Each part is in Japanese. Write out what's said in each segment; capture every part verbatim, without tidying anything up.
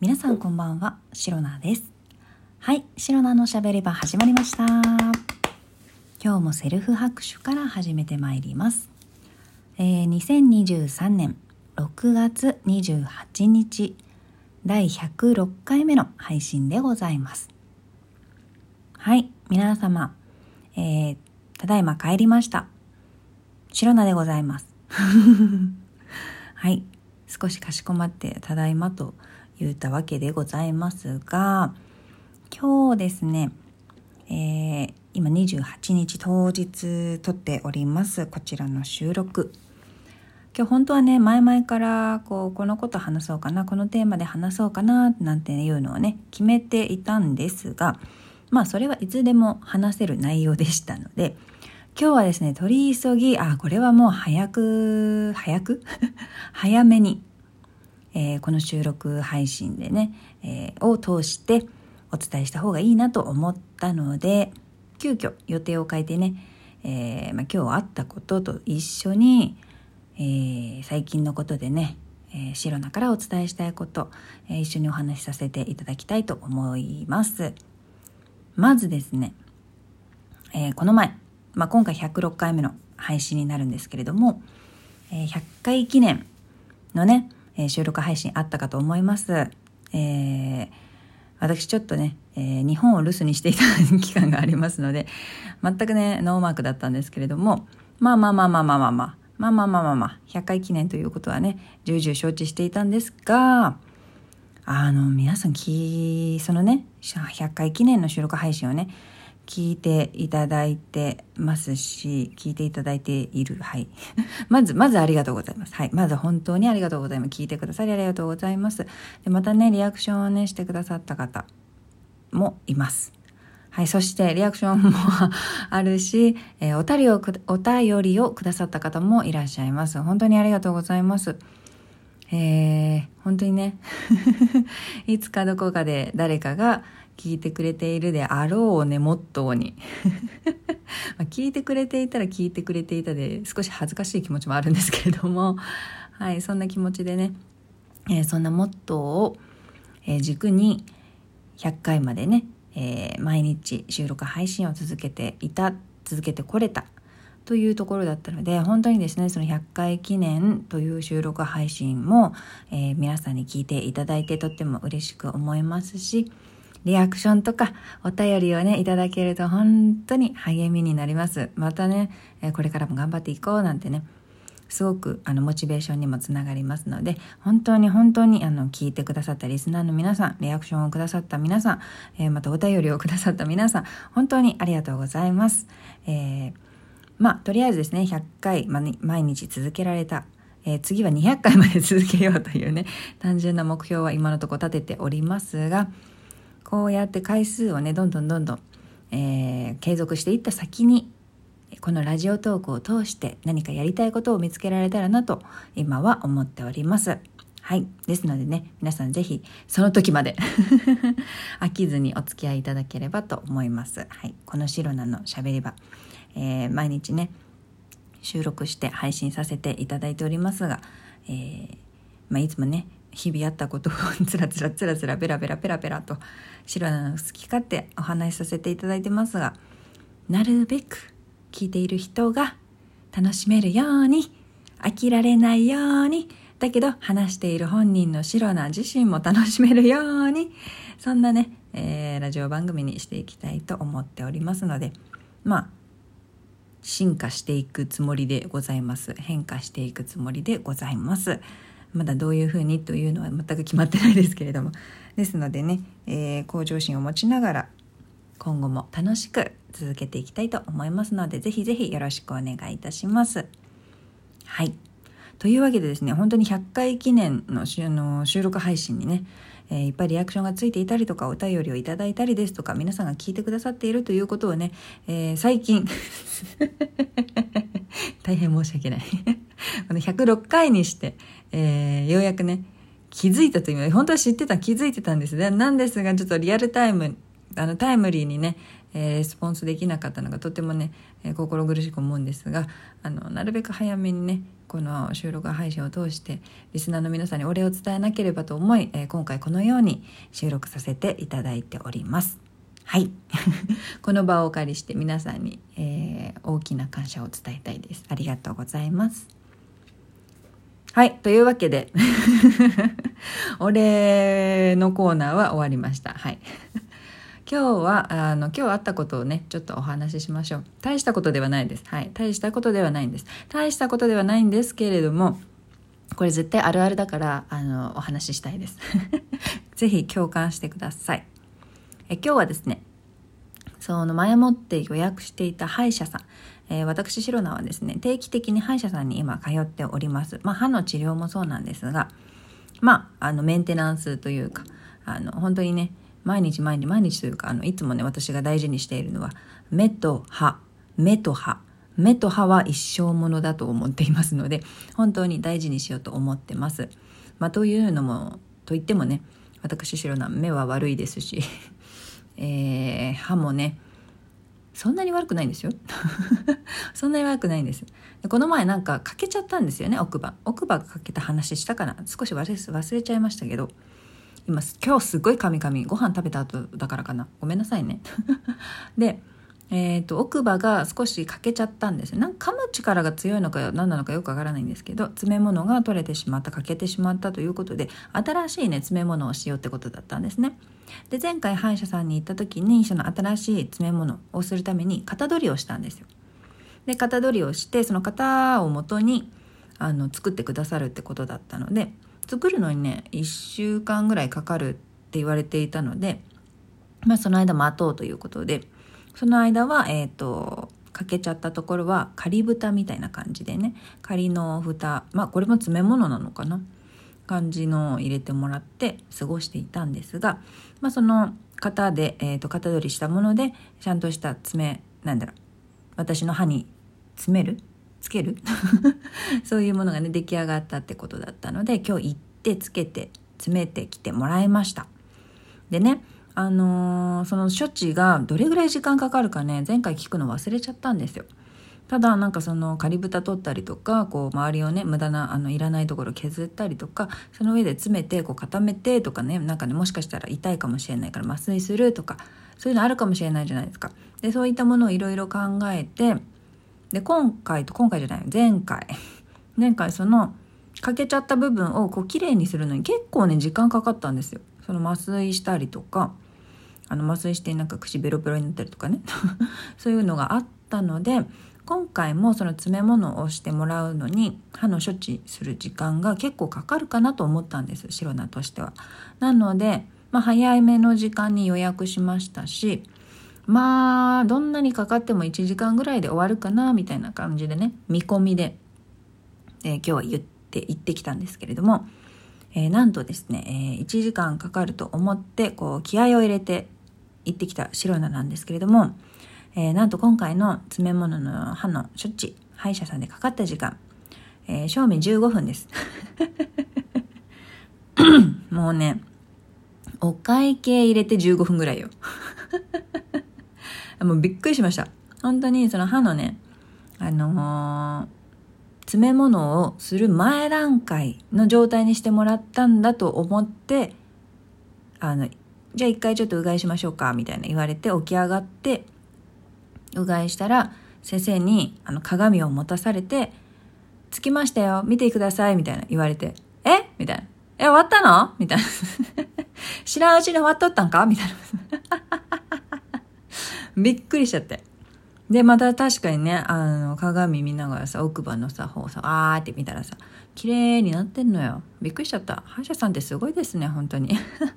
皆さんこんばんは、シロナです。はい、シロナのしゃべり場始まりました。今日もセルフ拍手から始めてまいります。えー、にせんにじゅうさんねんろくがつにじゅうはちにちだいひゃくろっかいめの配信でございます。はい、皆様、えー、ただいま帰りました。シロナでございます。はい、少しかしこまってただいまと言ったわけでございますが、今日ですね、えー、今にじゅうはちにち当日撮っておりますこちらの収録。今日本当はね、前々からこうこのこと話そうかな、このテーマで話そうかななんていうのをね決めていたんですが、まあそれはいつでも話せる内容でしたので、今日はですね取り急ぎあこれはもう早く早く早めに、えー、この収録配信でね、えー、を通してお伝えした方がいいなと思ったので、急遽予定を変えてね、えーまあ、今日あったことと一緒に、えー、最近のことでね、えー、シロナからお伝えしたいこと、えー、一緒にお話しさせていただきたいと思います。まずですね、えー、この前、まあ、今回ひゃくろっかいめの配信になるんですけれども、えー、ひゃっかい記念のね、えー、収録配信あったかと思います。えー、私ちょっとね、えー、日本を留守にしていた期間がありますので、全くねノーマークだったんですけれども、まあまあまあまあまあまあまあまあまあまあまあまあひゃっかい記念ということはね重々承知していたんですが、あの皆さんきそのねひゃっかい記念の収録配信をね聞いていただいてますし、聞いていただいている。はい。まず、まずありがとうございます。はい。まず本当にありがとうございます。聞いてくださりありがとうございます。で、またね、リアクションをね、してくださった方もいます。はい。そして、リアクションもあるし、えー、お便りをく、お便りをくださった方もいらっしゃいます。本当にありがとうございます。えー、本当にね、いつかどこかで誰かが聞いてくれているであろうをねモットーに聞いてくれていたら聞いてくれていたで少し恥ずかしい気持ちもあるんですけれども、はい、そんな気持ちでね、えー、そんなモットーを、えー、軸にひゃっかいまでね、えー、毎日収録配信を続けていた続けてこれたというところだったので、本当にですねそのひゃっかい記念という収録配信も、えー、皆さんに聞いていただいてとっても嬉しく思いますし、リアクションとかお便りをねいただけると本当に励みになります。またね、えー、これからも頑張っていこうなんてねすごくあのモチベーションにもつながりますので、本当に本当にあの聞いてくださったリスナーの皆さん、リアクションをくださった皆さん、えー、またお便りをくださった皆さん、本当にありがとうございます。えー、まあとりあえずですねひゃっかい、ま、毎日続けられた、えー、次はにひゃっかいまで続けようというね単純な目標は今のところ立てておりますが、こうやって回数をねどんどんどんどん、えー、継続していった先にこのラジオトークを通して何かやりたいことを見つけられたらなと今は思っております。はい。ですのでね、皆さんぜひその時まで飽きずにお付き合いいただければと思います。はい。このシロナのしゃべり場、えー、毎日ね収録して配信させていただいておりますが、えーまあ、いつもね日々あったことをつらつらつらつらベラベラペラペラとシロナの好き勝手お話しさせていただいてますが、なるべく聞いている人が楽しめるように、飽きられないように、だけど話している本人のシロナ自身も楽しめるように、そんなね、えー、ラジオ番組にしていきたいと思っておりますので、まあ進化していくつもりでございます。変化していくつもりでございます。まだどういうふうにというのは全く決まってないですけれども、ですのでね、えー、向上心を持ちながら今後も楽しく続けていきたいと思いますので、ぜひぜひよろしくお願いいたします。はい。というわけでですね、本当にひゃっかい記念 の, の収録配信にね、えー、いっぱいリアクションがついていたりとか、お便りをいただいたりですとか、皆さんが聞いてくださっているということをね、えー、最近大変申し訳ないこのひゃくろっかいにして、えー、ようやくね気づいたという、本当は知ってた気づいてたんですね。なんですがちょっとリアルタイムあのタイムリーにね、 えー、レスポンスできなかったのがとてもね、えー、心苦しく思うんですが、あのなるべく早めにねこの収録配信を通してリスナーの皆さんにお礼を伝えなければと思い、えー、今回このように収録させていただいております。はいこの場をお借りして皆さんに、えー、大きな感謝を伝えたいです。ありがとうございます。はい、というわけでお礼のコーナーは終わりました。はい今日はあの今日あったことをねちょっとお話ししましょう。大したことではないです。はい、大したことではないんです。大したことではないんですけれども、これ絶対あるあるだからあのお話ししたいですぜひ共感してください。え今日はですね、その前もって予約していた歯医者さん、えー、私シロナはですね定期的に歯医者さんに今通っております。まあ歯の治療もそうなんですが、まああのメンテナンスというか、あの本当にね毎日毎日毎日というか、あのいつもね私が大事にしているのは目と歯、目と歯目と歯は一生ものだと思っていますので、本当に大事にしようと思ってます。まあというのもと言ってもね、私シロナ目は悪いですしえー、歯もねそんなに悪くないんですよそんなに悪くないんです。でこの前なんか欠けちゃったんですよね、奥歯奥歯が欠けた話したかな、少し忘れ、忘れちゃいましたけど、今今日すごいカミカミご飯食べた後だからかな、ごめんなさいねで、えーと、奥歯が少し欠けちゃったんですよ。なんか噛む力が強いのか何なのかよくわからないんですけど、詰め物が取れてしまった、欠けてしまったということで、新しいね詰め物をしようってことだったんですね。で前回歯医者さんに行った時にその新しい詰め物をするために型取りをしたんですよ。で型取りをしてその型を元にあの作ってくださるってことだったので、作るのにねいっしゅうかんぐらいかかるって言われていたので、まあその間待とうということで、その間はえっとかけちゃったところは仮蓋みたいな感じでね、仮の蓋、まあこれも詰め物なのかな感じのを入れてもらって過ごしていたんですが、まあその型で、えーと型取りしたものでちゃんとした爪、なんだろう、私の歯に詰めるつけるそういうものがね出来上がったってことだったので、今日行ってつけて詰めてきてもらいました。でね、あのー、その処置がどれぐらい時間かかるかね前回聞くの忘れちゃったんですよ。ただなんかその仮蓋取ったりとか、こう周りをね無駄なあのいらないところ削ったりとか、その上で詰めてこう固めてとかね、なんかねもしかしたら痛いかもしれないから麻酔するとか、そういうのあるかもしれないじゃないですか。でそういったものをいろいろ考えて、で今回と今回じゃない前回前回その欠けちゃった部分をこうきれいにするのに結構ね時間かかったんですよ。その麻酔したりとか、あの麻酔してなんか口ベロベロになったりとかねそういうのがあったので、今回もその詰め物をしてもらうのに歯の処置する時間が結構かかるかなと思ったんです、シロナとしては。なので、まあ、早めの時間に予約しましたし、まあどんなにかかってもいちじかんぐらいで終わるかなみたいな感じでね、見込みで、えー、今日は言って行ってきたんですけれども、えー、なんとですね、えー、いちじかんかかると思ってこう気合を入れて行ってきたシロナなんですけれども、えー、なんと今回の詰め物の歯の処置、歯医者さんでかかった時間、えー、正味じゅうごふんですもうねお会計入れてじゅうごふんぐらいよもうびっくりしました。本当にその歯のね、あのー、詰め物をする前段階の状態にしてもらったんだと思って、あのじゃあ一回ちょっとうがいしましょうかみたいな言われて起き上がってうがいしたら、先生にあの鏡を持たされて、つきましたよ見てくださいみたいな言われて、えみたいな、え終わったのみたいな知らんうちに終わっとったんかみたいなびっくりしちゃって、でまた確かにね、あの鏡見ながらさ、奥歯のさ方さあーって見たらさ綺麗になってんのよ。びっくりしちゃった。歯医者さんってすごいですね本当に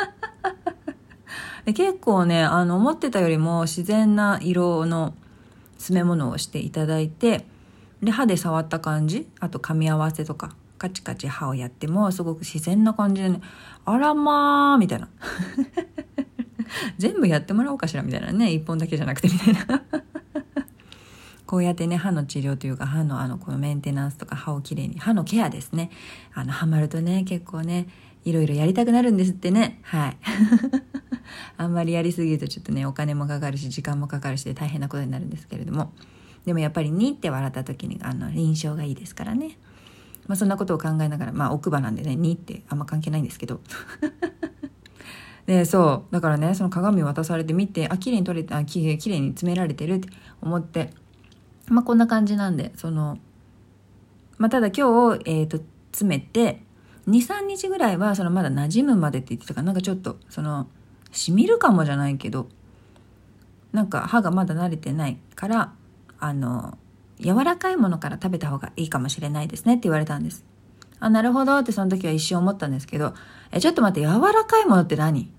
で結構ね、あの思ってたよりも自然な色の詰め物をしていただいて、で歯で触った感じ、あと噛み合わせとかカチカチ歯をやってもすごく自然な感じでね、あらまーみたいな全部やってもらおうかしらみたいなね、一本だけじゃなくてみたいなこうやってね歯の治療というか歯のあのこのメンテナンスとか歯をきれいに、歯のケアですね、あのハマるとね結構ねいろいろやりたくなるんですってね。はいあんまりやりすぎるとちょっとねお金もかかるし時間もかかるしで大変なことになるんですけれども、でもやっぱりにって笑った時にあの印象がいいですからね。まあ、そんなことを考えながら、まあ奥歯なんでねにってあんま関係ないんですけどでそうだからね、その鏡渡されて見て、あ綺麗に撮れて、あきれいに詰められてるって思って、まあこんな感じなんで、そのまあただ今日えっ、ー、と詰めてにさんにちぐらいはそのまだ馴染むまでって言ってたから、なんかちょっとそのしみるかもじゃないけど、なんか歯がまだ慣れてないからあの柔らかいものから食べた方がいいかもしれないですねって言われたんです。あ、なるほどってその時は一瞬思ったんですけど、えちょっと待って、柔らかいものって何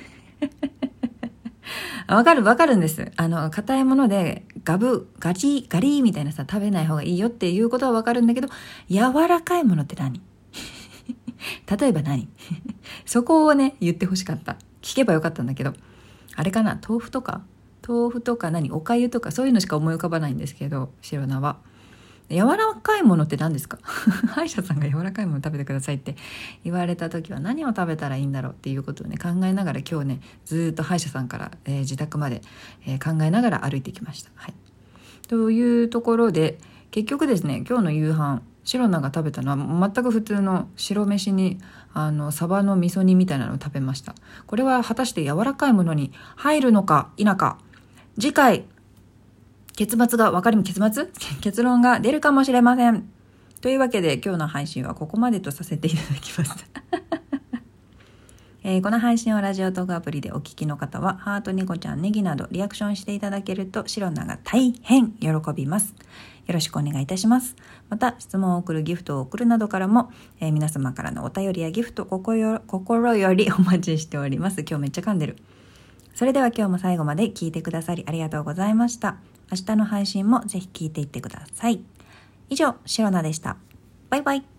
わかるわかるんです。あの硬いものでガブガチガリーみたいなさ食べない方がいいよっていうことはわかるんだけど、柔らかいものって何例えば何そこをね言ってほしかった。聞けばよかったんだけど、あれかな、豆腐とか豆腐とか何おかゆとかそういうのしか思い浮かばないんですけど、白菜は柔らかいものって何ですか歯医者さんが柔らかいもの食べてくださいって言われた時は何を食べたらいいんだろうっていうことをね考えながら今日ねずっと歯医者さんから、えー、自宅まで、えー、考えながら歩いてきました。はい、というところで結局ですね、今日の夕飯白菜が食べたのは全く普通の白飯にあのサバの味噌煮みたいなのを食べました。これは果たして柔らかいものに入るのか否か、次回結末が分かり結末結論が出るかもしれません。というわけで今日の配信はここまでとさせていただきます、えー、この配信をラジオトークアプリでお聞きの方はハート、ニコちゃん、ネギなどリアクションしていただけると白菜が大変喜びます。よろしくお願いいたします。また質問を送る、ギフトを送るなどからも、えー、皆様からのお便りやギフト心よ、心よりお待ちしております。今日めっちゃ噛んでる。それでは今日も最後まで聞いてくださりありがとうございました。明日の配信もぜひ聞いていってください。以上、白菜でした。バイバイ。